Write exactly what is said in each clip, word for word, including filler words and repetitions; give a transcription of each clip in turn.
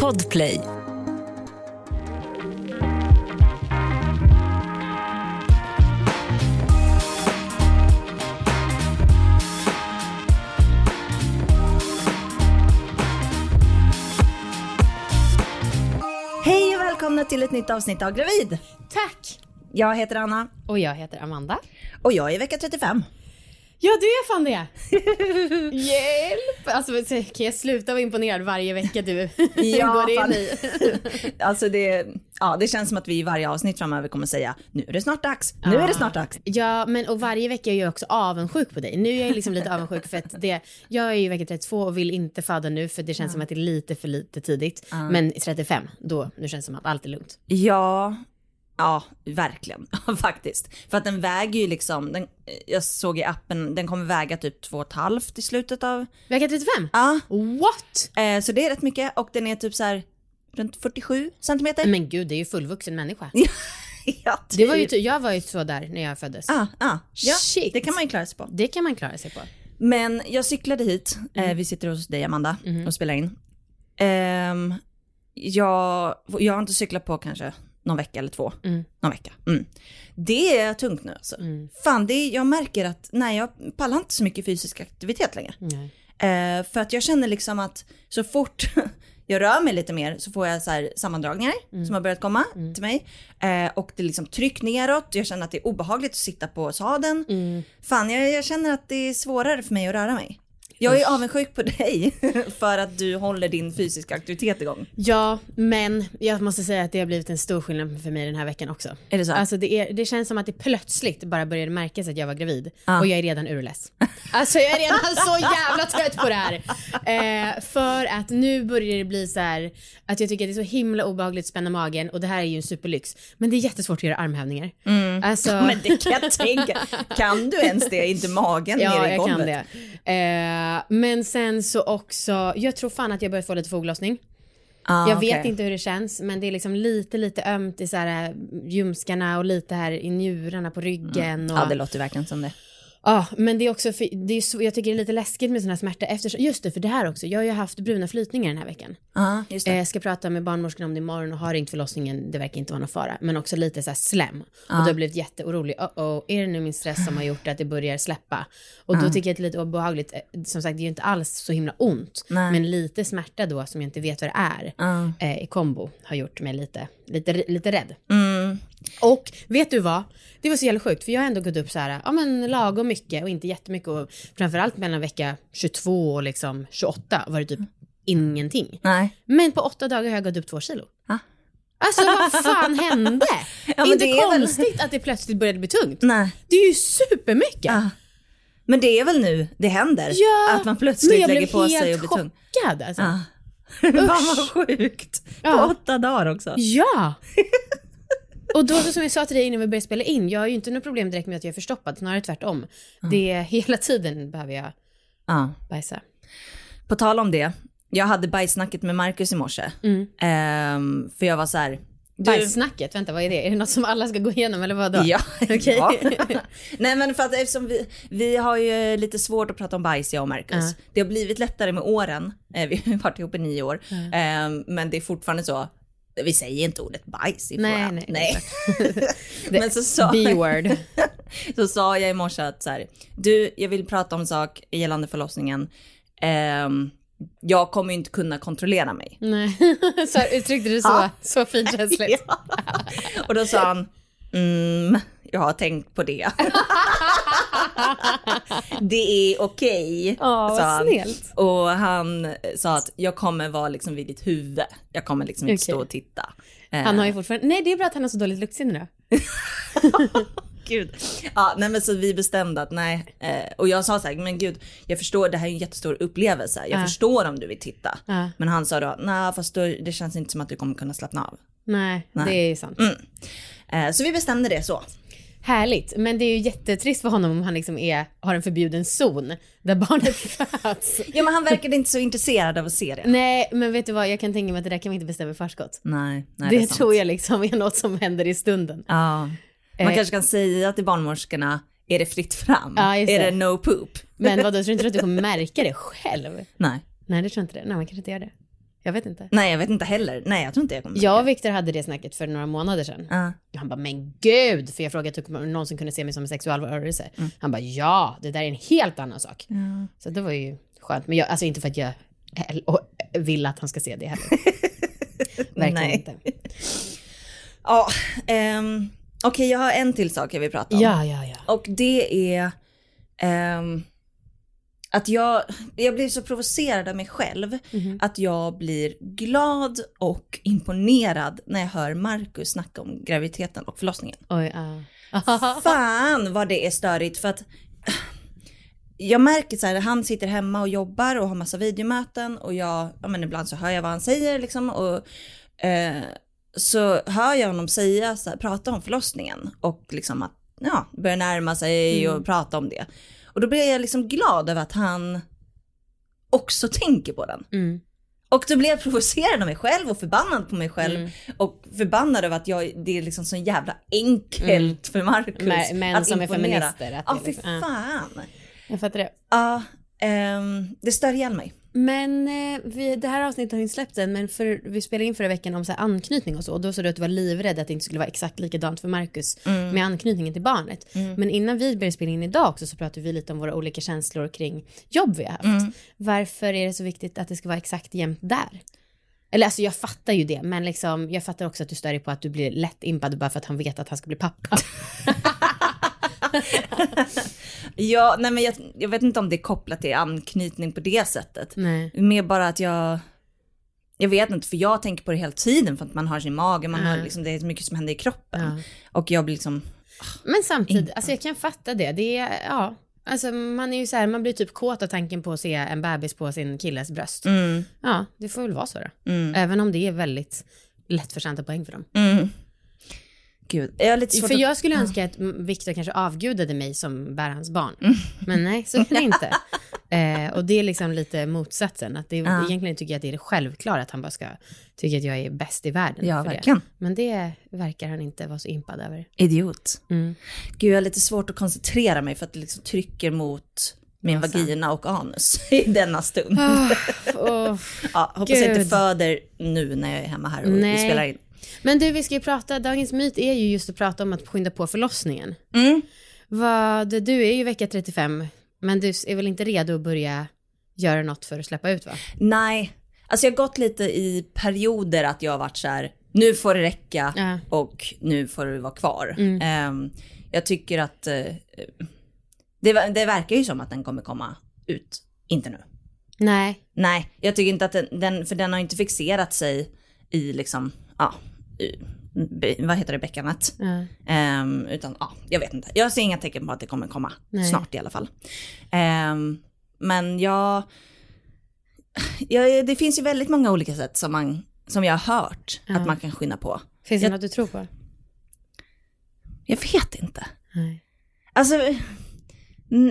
Podplay. Hej och välkomna till ett nytt avsnitt av Gravid. Tack. Jag heter Anna. Och jag heter Amanda. Och jag är i vecka trettiofem. Ja, du är fan det. Hjälp. Alltså, kan jag sluta vara imponerad varje vecka du ja, går in i? Alltså det, ja, det känns som att vi i varje avsnitt framöver kommer säga nu är det snart dags, nu ja. är det snart dags. Ja, men och varje vecka är jag också avundsjuk på dig. Nu är jag liksom lite avundsjuk för att det, jag är ju i vecka trettiotvå och vill inte föda nu för det känns ja. som att det är lite för lite tidigt. Ja. Men i trettiofem, då nu känns det som att allt är lugnt. Ja, ja, verkligen. Faktiskt. För att den väger ju liksom, den, jag såg i appen, den kommer väga typ två och ett halvt i slutet av... Vecka trettiofem? Ja. What? Eh, så det är rätt mycket och den är typ så här runt fyrtiosju centimeter. Men gud, det är ju fullvuxen människa. ja, typ. Det var ju, jag var ju så där när jag föddes. Ah, ah. Ja, shit. Det kan man ju klara sig på. Det kan man klara sig på. Men jag cyklade hit. Mm. Eh, vi sitter hos dig, Amanda, mm. och spelar in. Eh, jag, jag har inte cyklat på kanske någon vecka eller två. Mm. Någon vecka. Mm. Det är tungt nu alltså. Mm. Fan, det är, jag märker att nej, jag pallar inte så mycket fysisk aktivitet längre. Eh, för att jag känner liksom att så fort jag rör mig lite mer så får jag så här sammandragningar mm. som har börjat komma mm. till mig. Eh, och det är liksom tryck neråt. Jag känner att det är obehagligt att sitta på sadeln. Mm. Fan, jag, jag känner att det är svårare för mig att röra mig. Jag är avundsjuk på dig för att du håller din fysiska aktivitet igång. Ja, men jag måste säga att det har blivit en stor skillnad för mig den här veckan också. Är det så? Alltså det, är, det känns som att det plötsligt bara började märkas att jag var gravid. Ah. Och jag är redan urless. Alltså jag är redan så jävla trött på det här. Eh, för att nu börjar det bli så här att jag tycker att det är så himla obehagligt att spänna magen. Och det här är ju en superlyx. Men det är jättesvårt att göra armhävningar. Mm. Alltså... Men det kan jag tänka. Kan du ens det? Inte magen ja, ner i golvet? Ja, jag kan det. Eh, Men sen så också, jag tror fan att jag börjar få lite foglossning. Ah, jag vet okay. inte hur det känns, men det är liksom lite lite ömt i så här ljumskarna och lite här i njurarna på ryggen. Mm. Och... Ja, det låter verkligen som det. Ja, men det är också, för, det är så, jag tycker det är lite läskigt med såna här smärta eftersom, just det, för det här också, jag har ju haft bruna flytningar den här veckan. Ja, just det. Jag ska prata med barnmorskan om det imorgon och har ringt förlossningen, det verkar inte vara någon fara, men också lite så här slem. Ja. Och då har jag blivit jätteorolig, oh, oh, är det nu min stress som har gjort att det börjar släppa? Och då ja. tycker jag att det är lite obehagligt, som sagt det är ju inte alls så himla ont, nej. Men lite smärta då som jag inte vet vad det är ja. eh, i kombo har gjort mig lite, lite, lite rädd. Mm. Och vet du vad? Det var så jävla sjukt för jag har ändå gått upp så här, ja men lagom mycket och inte jättemycket och framförallt mellan vecka tjugotvå och liksom tjugoåtta var det typ ingenting. Nej. Men på åtta dagar har jag gått upp två kilo. Ah. Alltså vad fan hände? Ja, inte det konstigt väl... att det plötsligt började bli tungt. Nej. Det är ju supermycket. Ah. Men det är väl nu det händer ja, att man plötsligt lägger på sig och blir tung. Jag blev helt chockad alltså. Ah. Vad sjukt. På ja. åtta dagar också. Ja. Och då som jag sa till dig innan vi började spela in, jag har ju inte något problem direkt med att jag är förstoppad, snarare tvärtom. Mm. Det är hela tiden behöver jag ah. bajsa. På tal om det, jag hade bajsnacket med Marcus i morse. Mm. Ehm, för jag var så här... Du... Bajsnacket, vänta vad är det? Är det något som alla ska gå igenom eller vad då? Ja, okay. ja. Nej men för att eftersom vi, vi har ju lite svårt att prata om bajs jag och Marcus. Uh. Det har blivit lättare med åren, eh, vi har varit ihop i nio år. Uh. Ehm, men det är fortfarande så. Vi säger inte ordet bajs i nej, nej, nej. Men så sa B-word. Så sa jag i morse att så här, du, jag vill prata om en sak gällande förlossningen. Um, jag kommer ju inte kunna kontrollera mig. Nej. Så uttryckte du så, ja. Så fint känsligt. Ja. Och då sa han, mm, jag har tänkt på det. Det är okej. Ja, vad snällt. Och han sa att jag kommer vara liksom vid ditt huvud. Jag kommer liksom inte okay. stå och titta. Han har ju fortfarande... Nej, det är bra att han har så dåligt luktsinne då. Gud. Ja, nej men så vi bestämde att nej. Eh, och jag sa så här, men gud, jag förstår, det här är en jättestor upplevelse. Jag uh. förstår om du vill titta. Uh. Men han sa då, nej fast då, det känns inte som att du kommer kunna slappna av. Nej, nej. Det är sant. Mm. Eh, så vi bestämde det så. Härligt, men det är ju jättetrist för honom om han liksom är, har en förbjuden zon där barnet föds. Ja, men han verkade inte så intresserad av att se det. Nej, men vet du vad, jag kan tänka mig att det där kan man inte bestämma i förskott. Nej, nej det, det tror jag liksom är något som händer i stunden. Ja, man eh. kanske kan säga till barnmorskorna, är det fritt fram? Ja, är det. det no poop? Men vad då, tror du inte att du kommer märka det själv? Nej. Nej, det tror jag inte det. Nej, man kanske inte gör det. Jag vet inte. Nej, jag vet inte heller. Nej, jag tror inte jag kommer. Jag och Victor hade det snacket för några månader sedan. Uh. Han bara, men gud. För jag frågade om typ, någon som kunde se mig som en sexualrörelse. Mm. Han bara, ja, det där är en helt annan sak. Mm. Så det var ju skönt. Men jag, alltså inte för att jag vill att han ska se det heller. Verkligen Nej. inte. Ja, um, okej, okay, jag har en till sak jag vill prata om. Ja, ja, ja. Och det är um, att jag, jag blir så provocerad av mig själv mm-hmm. att jag blir glad och imponerad när jag hör Marcus snacka om graviditeten och förlossningen. Oj, uh. Fan vad det är störigt, för att jag märker så här, han sitter hemma och jobbar och har massa videomöten och jag, ja men ibland så hör jag vad han säger liksom och eh, så hör jag honom säga så här, prata om förlossningen och liksom att ja, börja närma sig mm. och prata om det. Och då blir jag liksom glad över att han också tänker på den. Mm. Och då blir jag provocerad av mig själv och förbannad på mig själv. Mm. Och förbannad över att jag, det är liksom så jävla enkelt mm. för Marcus men, men att som imponera. Är feminister. Ja, för liksom, fan. Uh. Jag fattar det. Ja, uh, um, det stör ihjäl mig. Men eh, vi, det här avsnittet har inte släppt än, men för, vi spelade in förra veckan om så här, anknytning och så. Och då sa du att du var livrädd att det inte skulle vara exakt likadant för Marcus mm. med anknytningen till barnet. Mm. Men innan vi började spela in idag också så pratade vi lite om våra olika känslor kring jobb vi har haft. Mm. Varför är det så viktigt att det ska vara exakt jämnt där? Eller alltså jag fattar ju det, men liksom, jag fattar också att du stör dig på att du blir lätt impad bara för att han vet att han ska bli pappa. Ja, nej men jag, jag vet inte om det är kopplat till anknytning på det sättet. Nej. Mer bara att jag jag vet inte, för jag tänker på det hela tiden för att man har sin mage, man mm. har liksom, det är så mycket som händer i kroppen. Mm. Och jag blir liksom men samtidigt, inte. Alltså jag kan fatta det. Det är, ja, alltså man är ju så här, man blir typ kåt av tanken på att se en bebis på sin killes bröst. Mm. Ja, det får väl vara så då. Mm. Även om det är väldigt lättförtjänta poäng för dem. Mm. Gud, jag är lite svårt för jag skulle att... önska att Victor kanske avgudade mig som bär hans barn. Mm. Men nej, så är det inte. eh, och det är liksom lite motsatsen. Att det, ja. Egentligen tycker jag att det är självklart att han bara ska tycka att jag är bäst i världen. Ja, för verkligen. Det. Men det verkar han inte vara så impad över. Idiot. Mm. Gud, jag har lite svårt att koncentrera mig för att det liksom trycker mot min Massa. vagina och anus i denna stund. Oh, oh, ja, hoppas Gud. jag inte föder nu när jag är hemma här och nej. vi spelar in. Men du, vi ska ju prata, dagens myt är ju just att prata om att skynda på förlossningen. Mm. Vad, du är ju vecka trettiofem, men du är väl inte redo att börja göra något för att släppa ut, va? Nej, alltså jag har gått lite i perioder att jag har varit så här, nu får det räcka uh. och nu får det vara kvar. Mm. Um, jag tycker att uh, det, det verkar ju som att den kommer komma ut, inte nu. Nej. Nej, jag tycker inte att den, den för den har inte fixerat sig i liksom, ja, Be, vad heter det, bäckanet mm. um, utan ja, jag vet inte, jag ser inga tecken på att det kommer komma Nej. snart i alla fall um, men jag, jag det finns ju väldigt många olika sätt som, man, som jag har hört mm. att man kan skynda på. Finns det jag, något du tror på? Jag vet inte. Nej. Alltså n-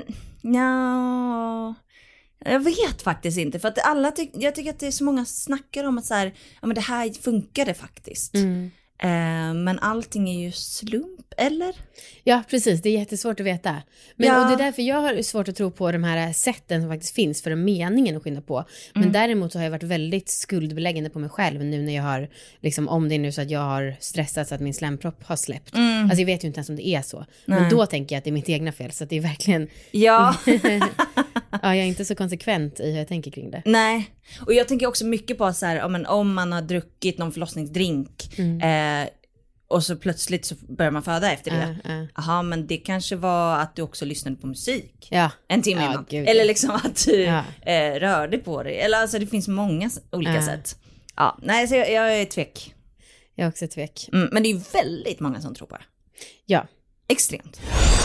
ja jag vet faktiskt inte, för att alla ty- jag tycker att det är så många snackar om att så här, ja men det här funkade faktiskt. Mm. Eh, men allting är ju slump, eller? Ja, precis. Det är jättesvårt att veta. Men, ja. Och det är därför jag har svårt att tro på de här sätten som faktiskt finns för meningen att skynda på. Men mm. däremot så har jag varit väldigt skuldbeläggande på mig själv nu när jag har, liksom, om det är nu så att jag har stressat så att min slempropp har släppt. Mm. Alltså jag vet ju inte ens om det är så. Nej. Men då tänker jag att det är mitt egna fel, så att det är verkligen... Ja. Ja, jag är inte så konsekvent i hur jag tänker kring det. Nej, och jag tänker också mycket på så här, ja, men om man har druckit någon förlossningsdrink mm. eh, och så plötsligt så börjar man föda efter det. Jaha, uh, uh. men det kanske var att du också lyssnade på musik. Ja. En timme ja, innan. Gud, eller liksom att du ja. eh, rörde på dig. Eller alltså det finns många olika uh. sätt. Ja, nej, så jag, jag är tvek. Jag är också tvek. Mm, men det är ju väldigt många som tror på det. Ja. Extremt.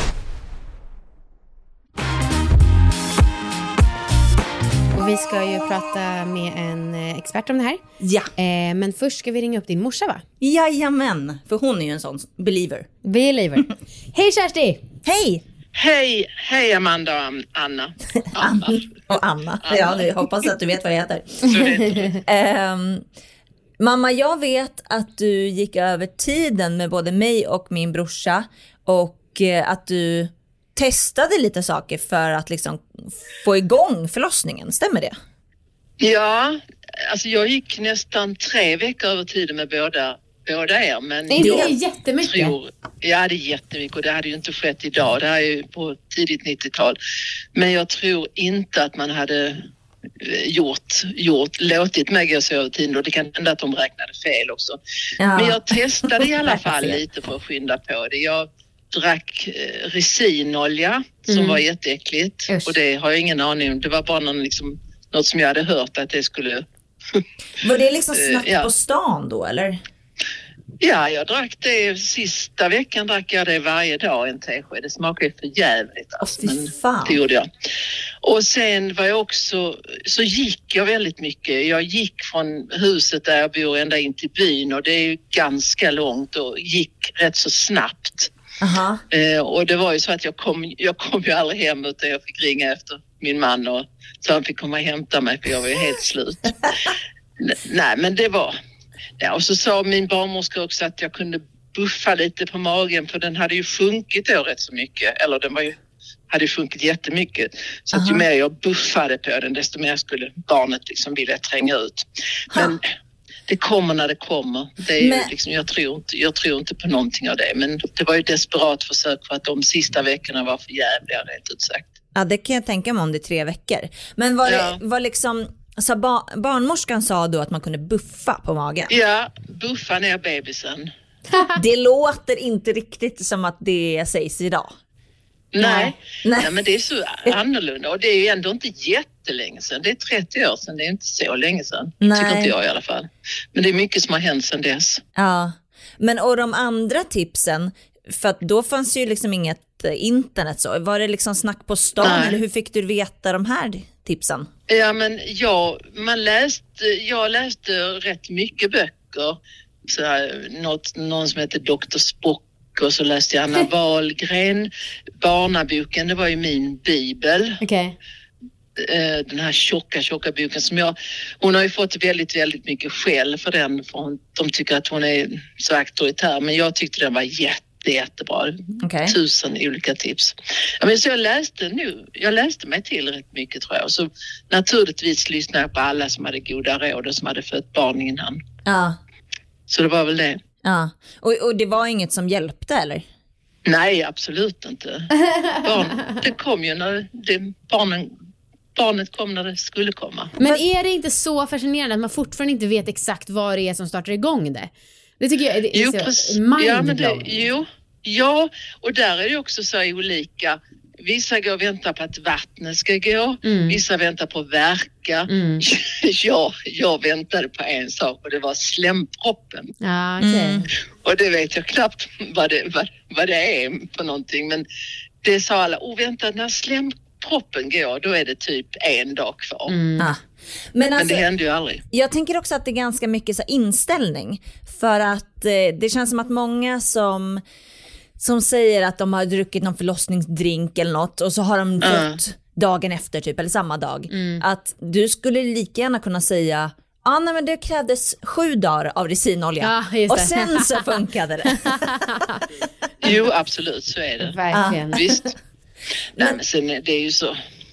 Och vi ska ju prata med en expert om det här. Ja. Eh, men först ska vi ringa upp din morsa, va? Jajamän, för hon är ju en sån believer. Believer. Hej Kersti! Hej! Hej, hej Amanda och Anna. Anna. Och Anna. Anna. Ja, jag hoppas att du vet vad jag heter. um, mamma, jag vet att du gick över tiden med både mig och min brorsa. Och uh, att du... testade lite saker för att liksom få igång förlossningen, stämmer det? Ja, alltså jag gick nästan tre veckor över tiden med båda, båda er. Men det är jag jättemycket. Tror, ja, det är jättemycket och det hade ju inte skett idag. Det här är ju på tidigt nittiotal. Men jag tror inte att man hade gjort, gjort låtit mig gå så över tiden och det kan hända att de räknade fel också. Ja. Men jag testade i alla fall lite för att skynda på det. Jag drack eh, resinolja som mm. var jätteäckligt. Usch. Och det har jag ingen aning om. Det var bara någon, liksom, något som jag hade hört att det skulle... Var det liksom snabbt uh, ja. på stan då eller? Ja, jag drack det sista veckan drack jag det varje dag en tesked. Det smakar ju för jävligt. Alltså, oh, men fan. Det gjorde jag. Och sen var jag också, så gick jag väldigt mycket. Jag gick från huset där jag bor ända in till byn och det är ju ganska långt och gick rätt så snabbt. Uh-huh. Eh, och det var ju så att jag kom, jag kom ju aldrig hem utan jag fick ringa efter min man och så han fick komma och hämta mig för jag var ju helt slut. N- nej men det var... Ja, och så sa min barnmorska också att jag kunde buffa lite på magen för den hade ju sjunkit då rätt så mycket. Eller den var ju, hade ju sjunkit jättemycket. Så att ju mer jag buffade på den desto mer skulle barnet liksom vilja tränga ut. Men ha. det kommer när det kommer. Det är men... liksom, jag, tror inte, jag tror inte på någonting av det. Men det var ju desperat försök för att de sista veckorna var för jävliga rätt ut sagt. Ja, det kan jag tänka mig om det är tre veckor. Men var ja. det var liksom... Så bar- barnmorskan sa då att man kunde buffa på magen. Ja, buffa ner bebisen. Det låter inte riktigt som att det sägs idag. Nej, Nej. Nej men det är så annorlunda. Och det är ju ändå inte jättelänge sedan. Det är trettio år sedan, det är inte så länge sedan. Nej. Tycker inte jag i alla fall. Men det är mycket som har hänt sedan dess. Ja, men och de andra tipsen, för att då fanns ju liksom inget internet så. Var det liksom snack på stan Nej. Eller hur fick du veta de här tipsen? Ja men jag, man läste, jag läste rätt mycket böcker. Så här, något, någon som heter doktor Spock och så läste jag Anna Wahlgren. Barnaboken, det var ju min bibel. Okej. Okay. Den här tjocka, tjocka boken som jag... Hon har ju fått väldigt, väldigt mycket skäll för den. För hon, de tycker att hon är så auktoritär. Men jag tyckte den var jätte, jättebra. Okay. Tusen olika tips. Ja, men så jag läste nu, jag läste mig till rätt mycket tror jag. Och så naturligtvis lyssnade jag på alla som hade goda råd och som hade fött barn innan. Ja. Så det var väl det. Ja. Och, och det var inget som hjälpte eller? Nej, absolut inte. Barn, det kom ju när det, barnen, barnet kom när det skulle komma. Men är det inte så fascinerande att man fortfarande inte vet exakt vad det är som startar igång det? Det tycker jag det är jo, så precis. mindblowing. Ja, men det, jo, ja, och där är det också så olika. Vissa går och väntar på att vattnet ska gå. Mm. Vissa väntar på att verka. Mm. jag, jag väntade på en sak och det var slemproppen. Ja, okay. mm. Och det vet jag knappt vad det, vad, vad det är på någonting. Men det sa alla, oh vänta, när slemproppen går då är det typ en dag kvar. Mm. Ah. Men, alltså, men det händer ju aldrig. Jag tänker också att det är ganska mycket så inställning. För att eh, det känns som att många som... som säger att de har druckit någon förlossningsdrink eller något och så har de dött uh. dagen efter typ eller samma dag. Mm. Att du skulle lika gärna kunna säga ja ah, nej men det krävdes sju dagar av resinolja ja, och sen så funkade det. Jo absolut så är det. Verkligen. Visst. Nej, men sen det är ju så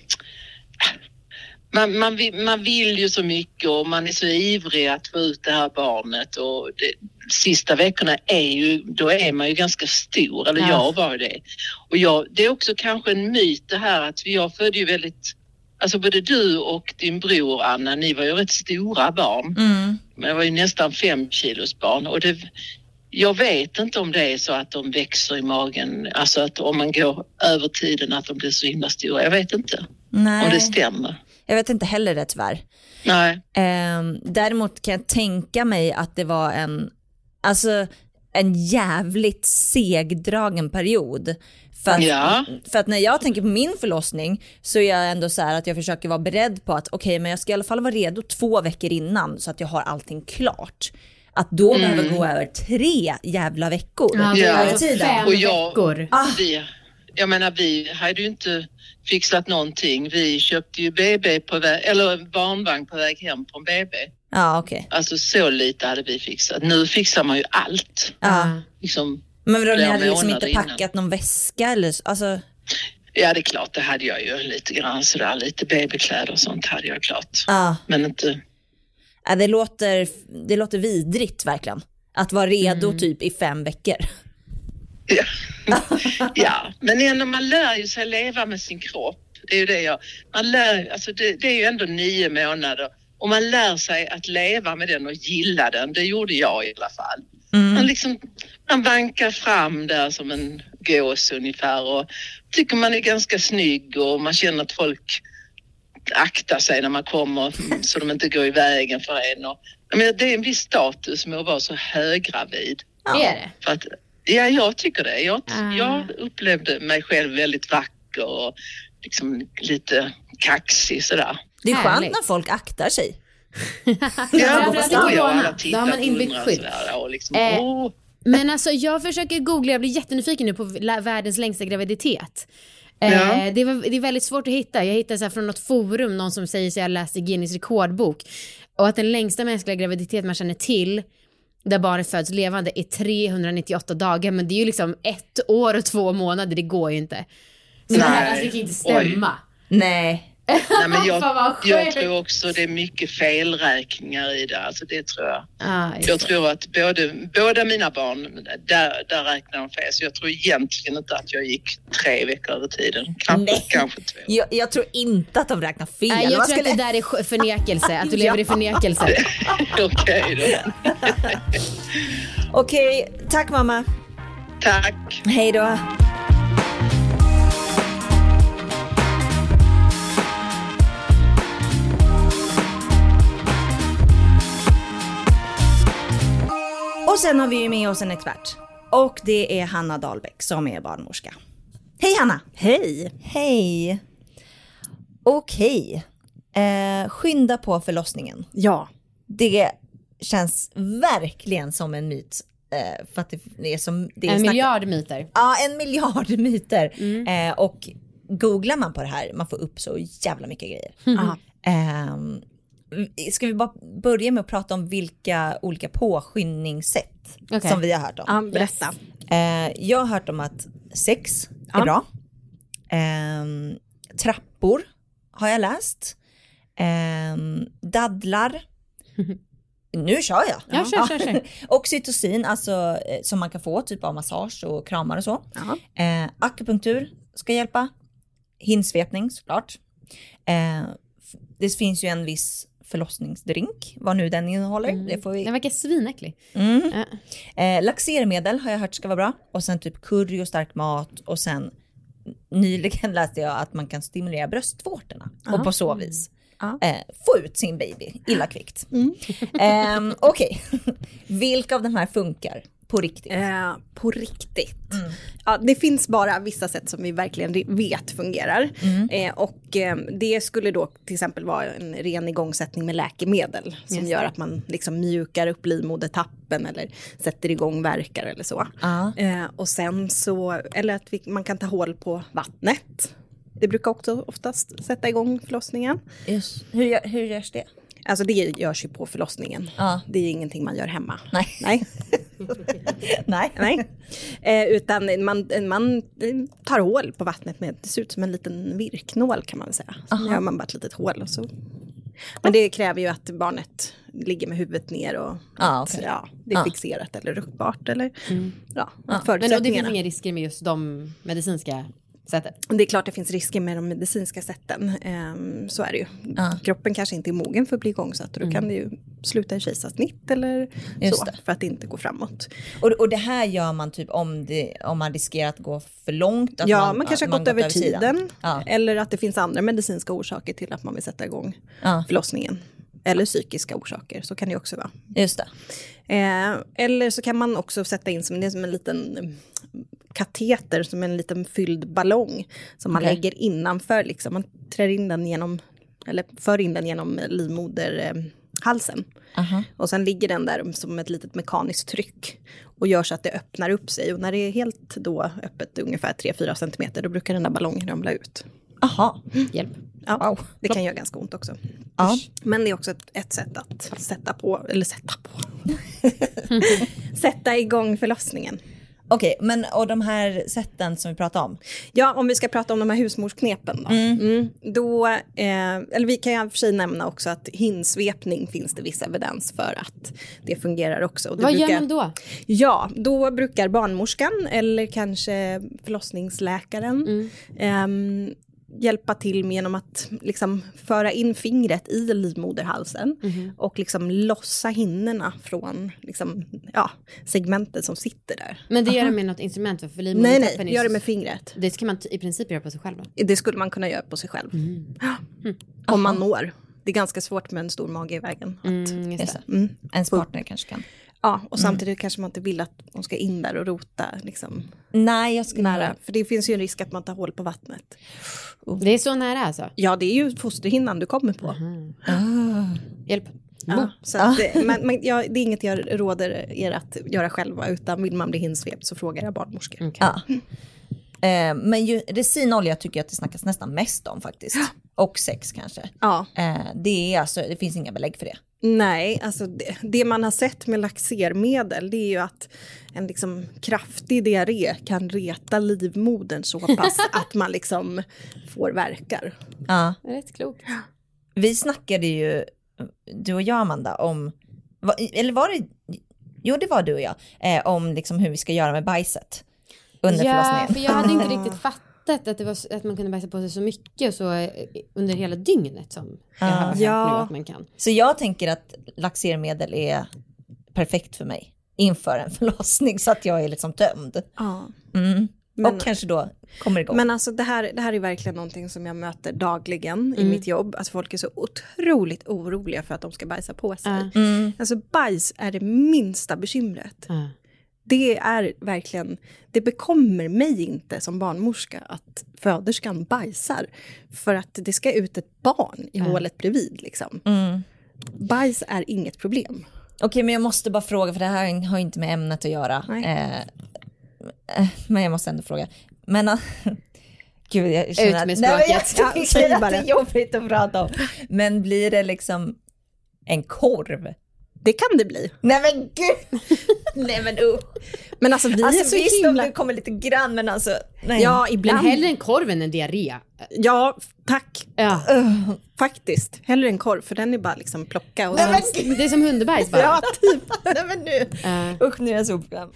man, man, vill, man vill ju så mycket och man är så ivrig att få ut det här barnet och det, sista veckorna är ju, då är man ju ganska stor, eller ja. jag var det. Och jag, det är också kanske en myt det här att jag födde ju väldigt, alltså både du och din bror Anna, ni var ju rätt stora barn. Mm. Men det var ju nästan fem kilos barn och det, jag vet inte om det är så att de växer i magen, alltså att om man går över tiden att de blir så himla stora, jag vet inte. Nej. Om det stämmer. Jag vet inte heller det tyvärr. Nej. Eh, däremot kan jag tänka mig att det var en, alltså en jävligt segdragen period. För att, ja. för att när jag tänker på min förlossning så är jag ändå så här att jag försöker vara beredd på att okej, okay, men jag ska i alla fall vara redo två veckor innan så att jag har allting klart. Att då mm. behöver gå över tre jävla veckor. Ja, ja. Fem och jag, veckor. Ah. Vi, jag menar, vi hade ju inte fixat någonting. Vi köpte ju B B på väg, eller barnvagn på väg hem från B B. Ja, okej. Okay. Alltså så lite hade vi fixat. Nu fixar man ju allt. Ja. Liksom, men vadå, ni hade liksom inte packat innan. Någon väska eller alltså... Ja, det är klart. Det hade jag ju lite grann sådär. Lite babykläder och sånt hade jag klart. Ja. Men inte... Äh, det, låter, det låter vidrigt verkligen. Att vara redo Mm. typ i fem veckor. Ja. Ja, men ändå man lär ju sig leva med sin kropp. Det är ju det jag... Man lär, alltså det, det är ju ändå nio månader. Och man lär sig att leva med den och gilla den. Det gjorde jag i alla fall. Mm. Man, liksom, man vankar fram där som en gås ungefär. Och tycker man är ganska snygg och man känner att folk aktar sig när man kommer så de inte går i vägen för en. Och, jag menar, det är en viss status med att vara så höggravid. Ja. Är det? För att, ja, jag tycker det. Jag, ah. jag upplevde mig själv väldigt vacker och liksom lite kaxig sådär. Det är skönt Härligt. när folk aktar sig. Ja, Ja, och för att då har det är jag corona. alla Då tittat har man inbyggt undrar skydd. sådär och liksom, Eh, åh. Men alltså jag försöker googla, jag blir jättenyfiken nu på la- världens längsta graviditet. Eh, Ja. det, var, det är väldigt svårt att hitta. Jag hittade så här från något forum, någon som säger sig ha läst i Guinness rekordbok. Och att den längsta mänskliga graviditet man känner till, där barnet föds levande, är trehundranittioåtta dagar. Men det är ju liksom ett år och två månader, det går ju inte. Så det här, alltså, det kan inte stämma. Nej. Nej, men jag, Fan, vad sjukt. jag tror också det är mycket felräkningar i det. Alltså det tror jag. Ah, Jag tror att både, båda mina barn, där, där räknar de fel. Så jag tror egentligen inte att jag gick tre veckor över tiden. Knappt, Nej. kanske två. Jag, jag tror inte att de räknar fel. Nej, jag Vad tror skulle... att det där är förnekelse, att du lever i förnekelse. Okej då. Okej, tack mamma. Tack. Hej då. Och sen har vi ju med oss en expert. Och det är Hanna Dahlbäck som är barnmorska. Hej Hanna! Hej! Hej! Okej. Eh, skynda på förlossningen. Ja. Det känns verkligen som en myt. Eh, för att det är som... Det är En snack- miljard myter. Ja, en miljard myter. Mm. Eh, och googlar man på det här, man får upp så jävla mycket grejer. Mm. Eh, ska vi bara börja med att prata om vilka olika påskyndningssätt Okay. som vi har hört om? Ja, berätta. Eh, jag har hört om att sex är Ja. bra. Eh, trappor har jag läst. Eh, dadlar. Nu kör jag. Ja, kör, kör, kör. Oxytocin, alltså eh, som man kan få typ av massage och kramar och så. Ja. Eh, akupunktur ska hjälpa. Hinsvepning såklart. Eh, f- det finns ju en viss förlossningsdrink, vad nu den innehåller. Mm. Det får vi... Den verkar svinäcklig. Mm. Ja. Eh, laxermedel har jag hört ska vara bra. Och sen typ curry och stark mat. Och sen nyligen läste jag att man kan stimulera bröstvårtorna. Ja. Och på så vis Ja. eh, få ut sin baby illa kvickt. Mm. Eh, Okej, vilka av de här funkar på riktigt? Eh, på riktigt. Mm. Ja, det finns bara vissa sätt som vi verkligen vet fungerar. Mm. Eh, och eh, det skulle då till exempel vara en ren igångsättning med läkemedel. Som Just gör det. att man liksom mjukar upp livmodertappen eller sätter igång verkar eller så. Ja. Eh, och sen så, eller att vi, man kan ta hål på vattnet. Det brukar också oftast sätta igång förlossningen. Just. Hur, gör, hur görs det? Alltså det görs ju på förlossningen. Ja. Det är ingenting man gör hemma. Nej. Nej. Nej. Nej. Eh, utan man, man tar hål på vattnet med, det ser ut som en liten virknål kan man väl säga. Så gör man bara ett litet hål och så. Men det kräver ju att barnet ligger med huvudet ner och Ah, att, okay. ja, det är Ah. fixerat eller ruckbart eller Mm. ja, Ah. Men och det förutsättningarna. finns inga risker med just de medicinska sättet? Det är klart det finns risker med de medicinska sätten. Ehm, så är det ju. Ah. Kroppen kanske inte är mogen för att bli igångsatt och då Mm. kan det ju sluta i kejsarsnitt eller Just så det. för att det inte går framåt. Och, och det här gör man typ om, det, om man riskerar att gå för långt? Att Ja, man, man kanske att har gått över sidan. tiden. Ja. Eller att det finns andra medicinska orsaker till att man vill sätta igång Ja. förlossningen. Eller psykiska orsaker, så kan det också vara. Just det. Eh, eller så kan man också sätta in som, det är som en liten eh, kateter, som en liten fylld ballong. Som man Okej. lägger innanför, liksom. Man trär in den genom, eller för in den genom livmoderhalsen. Eh, halsen. Aha. Och sen ligger den där som ett litet mekaniskt tryck. Och gör så att det öppnar upp sig. Och när det är helt då öppet, ungefär tre till fyra centimeter, då brukar den där ballongen ramla ut. Aha. Hjälp. Ja, Wow. det kan göra ganska ont också. Ja. Men det är också ett, ett sätt att sätta på, eller sätta på. Sätta igång förlossningen. Okej, okay, men och de här sätten som vi pratade om? Ja, om vi ska prata om de här husmorsknepen då. Mm. Mm, då eh, eller vi kan ju för sig nämna också att hinsvepning finns det viss evidens för att det fungerar också. Och det Vad brukar, gör man då? Ja, då brukar barnmorskan eller kanske förlossningsläkaren mm. eh, hjälpa till med genom att liksom föra in fingret i livmoderhalsen mm. och liksom lossa hinnorna från liksom, ja, segmentet som sitter där. Men det gör det med något instrument? För nej, nej, det gör det med fingret. Det ska man i princip göra på sig själv då? Det skulle man kunna göra på sig själv. Mm. Mm. Om man når. Det är ganska svårt med en stor mage i vägen. Att, mm, just det. Mm. Ens partner kanske kan. Ja, och samtidigt mm. kanske man inte vill att de ska in där och rota liksom. Nej, jag skulle nära. För det finns ju en risk att man tar hål på vattnet. Det är så nära alltså? Ja, det är ju fosterhinnan du kommer på. Mm. Ah. Hjälp. Ja, så att, ah. men, men, ja, det är inget jag råder er att göra själva, utan vill man bli hinsvept så frågar jag barnmorskor. Okay. Ja. Mm. Eh, men ju, resinolja tycker jag att det snackas nästan mest om faktiskt. Ja. Och sex kanske. Ja. Eh, det, är alltså, det finns inga belägg för det. Nej, alltså det, det man har sett med laxermedel, det är ju att en liksom kraftig diarré kan reta livmodern så pass att man liksom får verkar. Ja. Rätt klokt. Vi snackade ju, du och jag Amanda, om, eller var det, jo det var du och jag, eh, om liksom hur vi ska göra med bajset under ja, förlossningen. Ja, för jag hade inte riktigt fattat att, det var, att man kunde bajsa på sig så mycket så under hela dygnet som jag har hört ja. nu att man kan. Så jag tänker att laxermedel är perfekt för mig inför en förlossning så att jag är liksom tömd. Ja. Mm. Men, och kanske då kommer igång. Men alltså det här, det här är verkligen någonting som jag möter dagligen mm. i mitt jobb. Alltså folk är så otroligt oroliga för att de ska bajsa på sig. Mm. Alltså bajs är det minsta bekymret. Mm. Det är verkligen, det bekommer mig inte som barnmorska att föderskan bajsar. För att det ska ut ett barn i mm. hålet bredvid liksom. Mm. Bajs är inget problem. Okej, men jag måste bara fråga, för det här har inte med ämnet att göra. Eh, eh, men jag måste ändå fråga. Men uh, gud, jag känner ut med språket. Att, nej, jag tycker att det är jobbigt att prata om. Men blir det liksom en korv? Det kan det bli. Nej men gud. Nej men uh. Men alltså vi alltså, är så visst himla... om det kommer lite grann, men alltså nej. Ja, ibland. Men hellre en korv än en diarré. Ja, tack. Ja. Uh, faktiskt. Hellre en korv, för den är bara liksom plocka. Och nej, men... Det är som hundebajs bara. Ja, typ. Nej men nu. Uh. Usch, nu är jag så uppgång.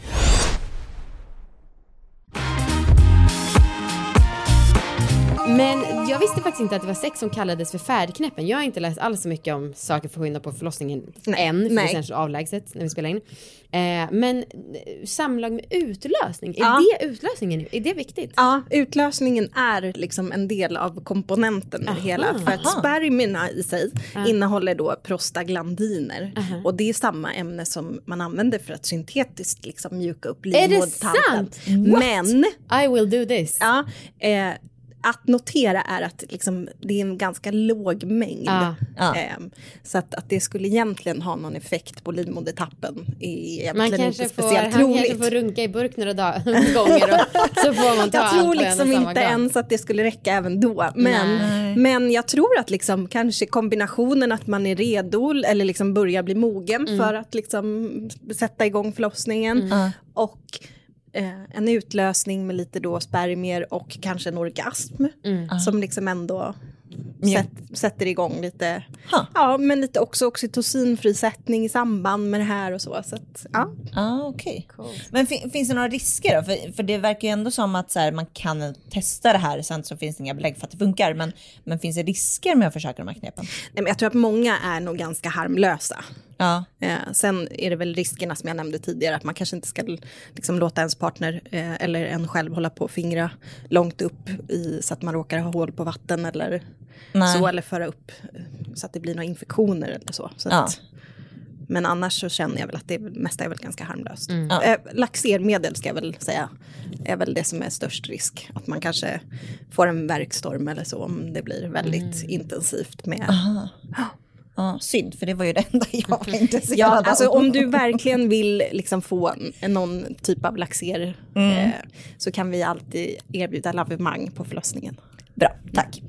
Men jag visste faktiskt inte att det var sex som kallades för färdknäppen. Jag har inte läst alls så mycket om saker för att skynda på förlossningen nej, än. För nej. Det känns så avlägset när vi spelar in. Eh, men samlag med utlösning, är ja. det utlösningen? Är det viktigt? Ja, utlösningen är liksom en del av komponenten med det hela. För att spermierna i sig aha. innehåller då prostaglandiner. Aha. Och det är samma ämne som man använder för att syntetiskt liksom mjuka upp livmodertanten. Är det sant? Men I will do this. Ja, eh, att notera är att liksom, det är en ganska låg mängd. Ah, ah. Eh, så att, att det skulle egentligen ha någon effekt på livmodertappen är egentligen man inte speciellt får, troligt. Man kanske får runka i burk några dag, gånger och så får man ta jag tror allt liksom inte gång. ens att det skulle räcka även då. Men, men jag tror att liksom, kanske kombinationen att man är redo eller liksom börjar bli mogen mm. för att liksom, sätta igång förlossningen mm. och Eh, en utlösning med lite då spermier och kanske en orgasm mm. som liksom ändå sätt, sätter igång lite huh. ja, men lite också oxytocinfrisättning i samband med det här och så, så att, ja. Ah, okej. Okay. Cool. Men fin- finns det några risker då? För, för det verkar ju ändå som att så här, man kan testa det här, sen så finns det inga belägg för att det funkar, men, men finns det risker med att försöka de här knepen? Nej, men jag tror att många är nog ganska harmlösa. Ja. Eh, sen är det väl riskerna som jag nämnde tidigare, att man kanske inte ska liksom, låta ens partner eh, eller en själv hålla på och fingra långt upp i, så att man råkar ha hål på vatten eller nej. så, eller föra upp så att det blir några infektioner eller så. så ja. att, men annars så känner jag väl att det mesta är väl ganska harmlöst. Mm. Eh, laxermedel ska jag väl säga är väl det som är störst risk. Att man kanske får en värkstorm eller så om det blir väldigt mm. intensivt med... Aha. Ja, synd, för det var ju det enda jag var intresserad ja, av. alltså om du verkligen vill liksom få någon typ av laxer mm. eh, så kan vi alltid erbjuda lavemang på förlossningen. Bra, tack.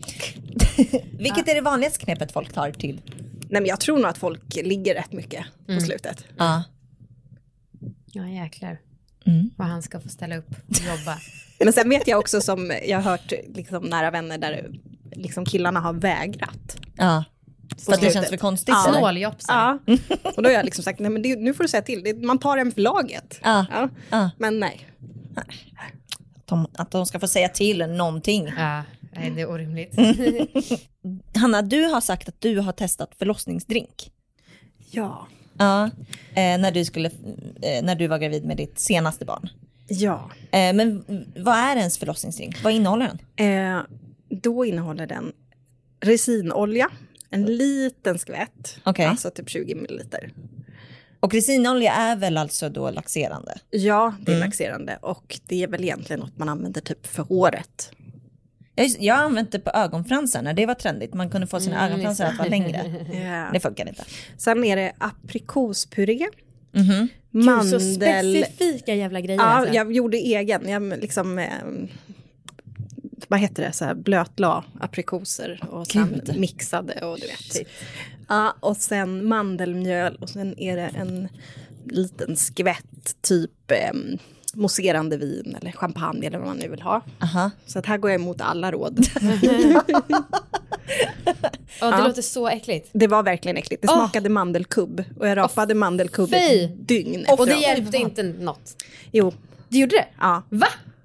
Vilket ja. är det vanligaste knepet folk tar till? Nej, men jag tror nog att folk ligger rätt mycket mm. på slutet. Ja. Ja, jäklar. Mm. Vad han ska få ställa upp och jobba. Men sen vet jag också som jag har hört liksom, nära vänner där liksom, killarna har vägrat. Ja. För att det känns för konstigt. Ja. Snåljopsen. Ja. Och då har jag liksom sagt, nej men det, nu får du säga till. Det, man tar en för laget. Ja. Ja. Ja. Men nej. De, att de ska få säga till någonting. Ja, nej, det är orimligt. Hanna, du har sagt att du har testat förlossningsdrink. Ja. Ja. Eh, när, du skulle, eh, när du var gravid med ditt senaste barn. Ja. Eh, men vad är ens förlossningsdrink? Vad innehåller den? Eh, då innehåller den resinolja. En liten skvätt. Okay. Alltså typ tjugo milliliter. Och resinolja är väl alltså då laxerande? Ja, det är mm. laxerande. Och det är väl egentligen något man använder typ för håret. Jag, jag har använt det på ögonfransar när det var trendigt. Man kunde få sina mm, ögonfransar att vara längre. Yeah. Det funkar inte. Sen är det aprikospuré. Mm-hmm. Mandel. Gud, så specifika jävla grejer. Ja, alltså. jag gjorde egen. Jag liksom... Eh, vad heter det? Så här, blötla aprikoser och sen Gud. mixade och du vet. Ja, och sen mandelmjöl och sen är det en liten skvätt typ eh, mousserande vin eller champagne eller vad man nu vill ha. Aha. Så att här går jag emot alla råd. Oh, det ja. låter så äckligt. Det var verkligen äckligt. Det oh. smakade mandelkubb och jag rapade oh, mandelkubb ett dygn. Och det hjälpte inte något? Jo. Det gjorde det? Ja. Va?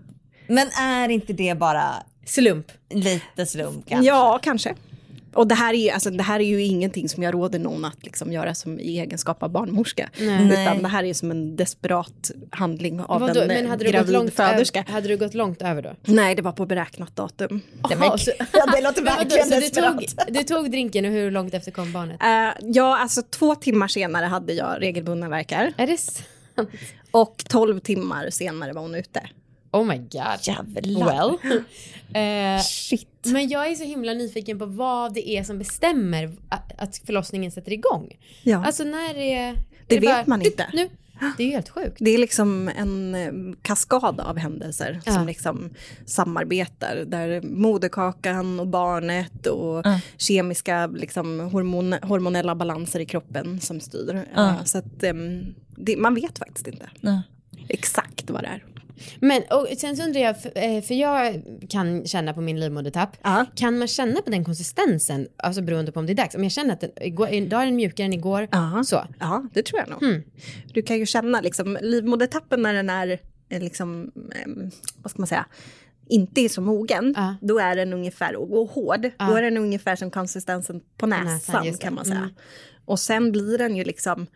Men är inte det bara slump? Lite slump kanske? Ja, kanske. Och det här är ju, alltså, det här är ju ingenting som jag råder någon att liksom göra som i egenskap av barnmorska. Nej. Utan det här är som en desperat handling av Vadå? en Men hade gravid föderska. Ö- hade du gått långt över då? Nej, det var på beräknat datum. Aha, så, ja, det låter verkligen så du tog, du tog drinken och hur långt efter kom barnet? Uh, ja, alltså två timmar senare hade jag regelbundna verkar. Är det sant? Och tolv timmar senare var hon ute. Oh my god. Jävlar. Well. uh, Shit. Men jag är så himla nyfiken på vad det är som bestämmer att förlossningen sätter igång. Ja. Alltså när är... är det, det vet bara, man inte. Nu. Det är ju helt sjukt. Det är liksom en kaskad av händelser ja. som liksom samarbetar. Där moderkakan och barnet och ja. kemiska liksom hormon, hormonella balanser i kroppen som styr. Ja. Så att det, man vet faktiskt inte ja. exakt vad det är. Men och sen så undrar jag, för, för jag kan känna på min livmodertapp. Uh-huh. Kan man känna på den konsistensen, alltså beroende på om det är dags? Om jag känner att den, igår, idag är den mjukare än igår, uh-huh. så. Ja, det tror jag nog. Hmm. Du kan ju känna liksom, livmodertappen när den är liksom, eh, vad ska man säga, inte är så mogen, uh. då är den ungefär, och, och hård, uh. då är den ungefär som konsistensen på näsan, näsan kan man säga. Mm. Och sen blir den ju liksom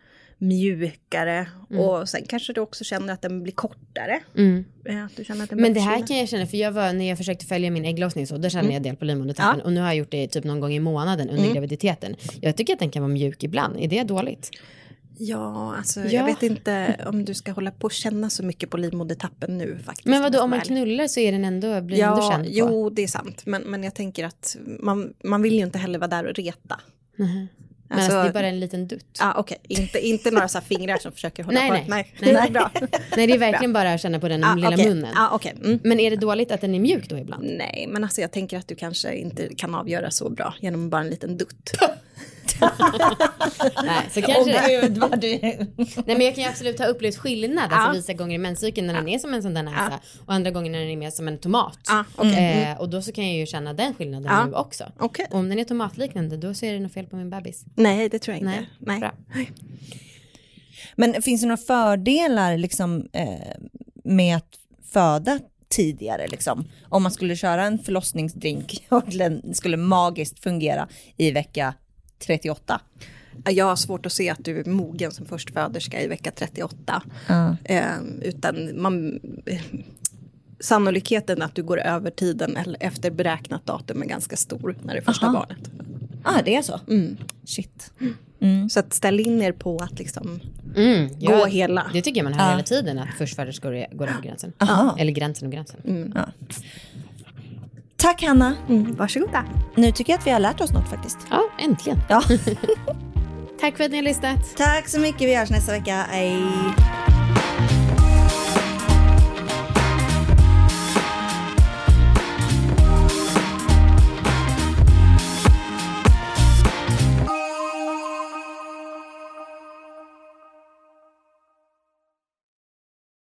mjukare mm. och sen kanske du också känner att den blir kortare. Mm. Ja, du känner att den men det här kan jag känna, för jag var, när jag försökte följa min ägglossning så, då kände mm. jag del på livmodertappen ja. och nu har jag gjort det typ någon gång i månaden under mm. graviditeten. Jag tycker att den kan vara mjuk ibland. Är det dåligt? Ja, alltså ja. jag vet inte om du ska hålla på och känna så mycket på livmodertappen nu faktiskt. Men vadå, om man knullar så är den ändå, blir ja, ändå känd på? Jo, det är sant. Men, men jag tänker att man, man vill ju inte heller vara där och reta. Mm. Men alltså, alltså, det är bara en liten dutt. Ja, ah, okej. Okay. Inte, inte några så här fingrar som försöker hålla nej, på. Nej, nej. nej. nej. Bra. Nej, det är verkligen bra. Bara att känna på den ah, lilla okay. munnen. Ah, okay. mm. Men är det dåligt att den är mjuk då ibland? Nej, men alltså jag tänker att du kanske inte kan avgöra så bra genom bara en liten dutt. Nej, så kanske oh, Gud, vad du... Nej, men jag kan ju absolut ha upplevt skillnad ja. Alltså vissa gånger i menscykeln när ja. den är som en sån där näsa ja. och andra gånger när den är mer som en tomat. Ja, okay. eh, och då så kan jag ju känna den skillnaden ja. nu också. Okay. Och om den är tomatliknande, då ser det något fel på min bebis. Nej, det tror jag inte. Nej, Nej. Bra. Men finns det några fördelar liksom, eh, med att föda tidigare liksom? Om man skulle köra en förlossningsdrink och den skulle magiskt fungera i vecka trettioåtta. Jag har svårt att se att du är mogen som förstföderska i vecka trettioåtta. Mm. Eh, utan man, sannolikheten att du går över tiden eller efter beräknat datum är ganska stor när det är första Aha. barnet. Ja, ah, det är så? Mm. Shit. Mm. Så att ställ in er på att liksom mm. gå ja, hela. Det tycker jag man hör ah. hela tiden, att förstföderskor går över gränsen. Aha. Eller gränsen och gränsen. Mm. Ah. Tack Hanna. Mm. Varsågoda. Nu tycker jag att vi har lärt oss något faktiskt. Ja, äntligen. Ja. Tack för att ni har lyssnat. Tack så mycket. Vi hörs nästa vecka. Hej.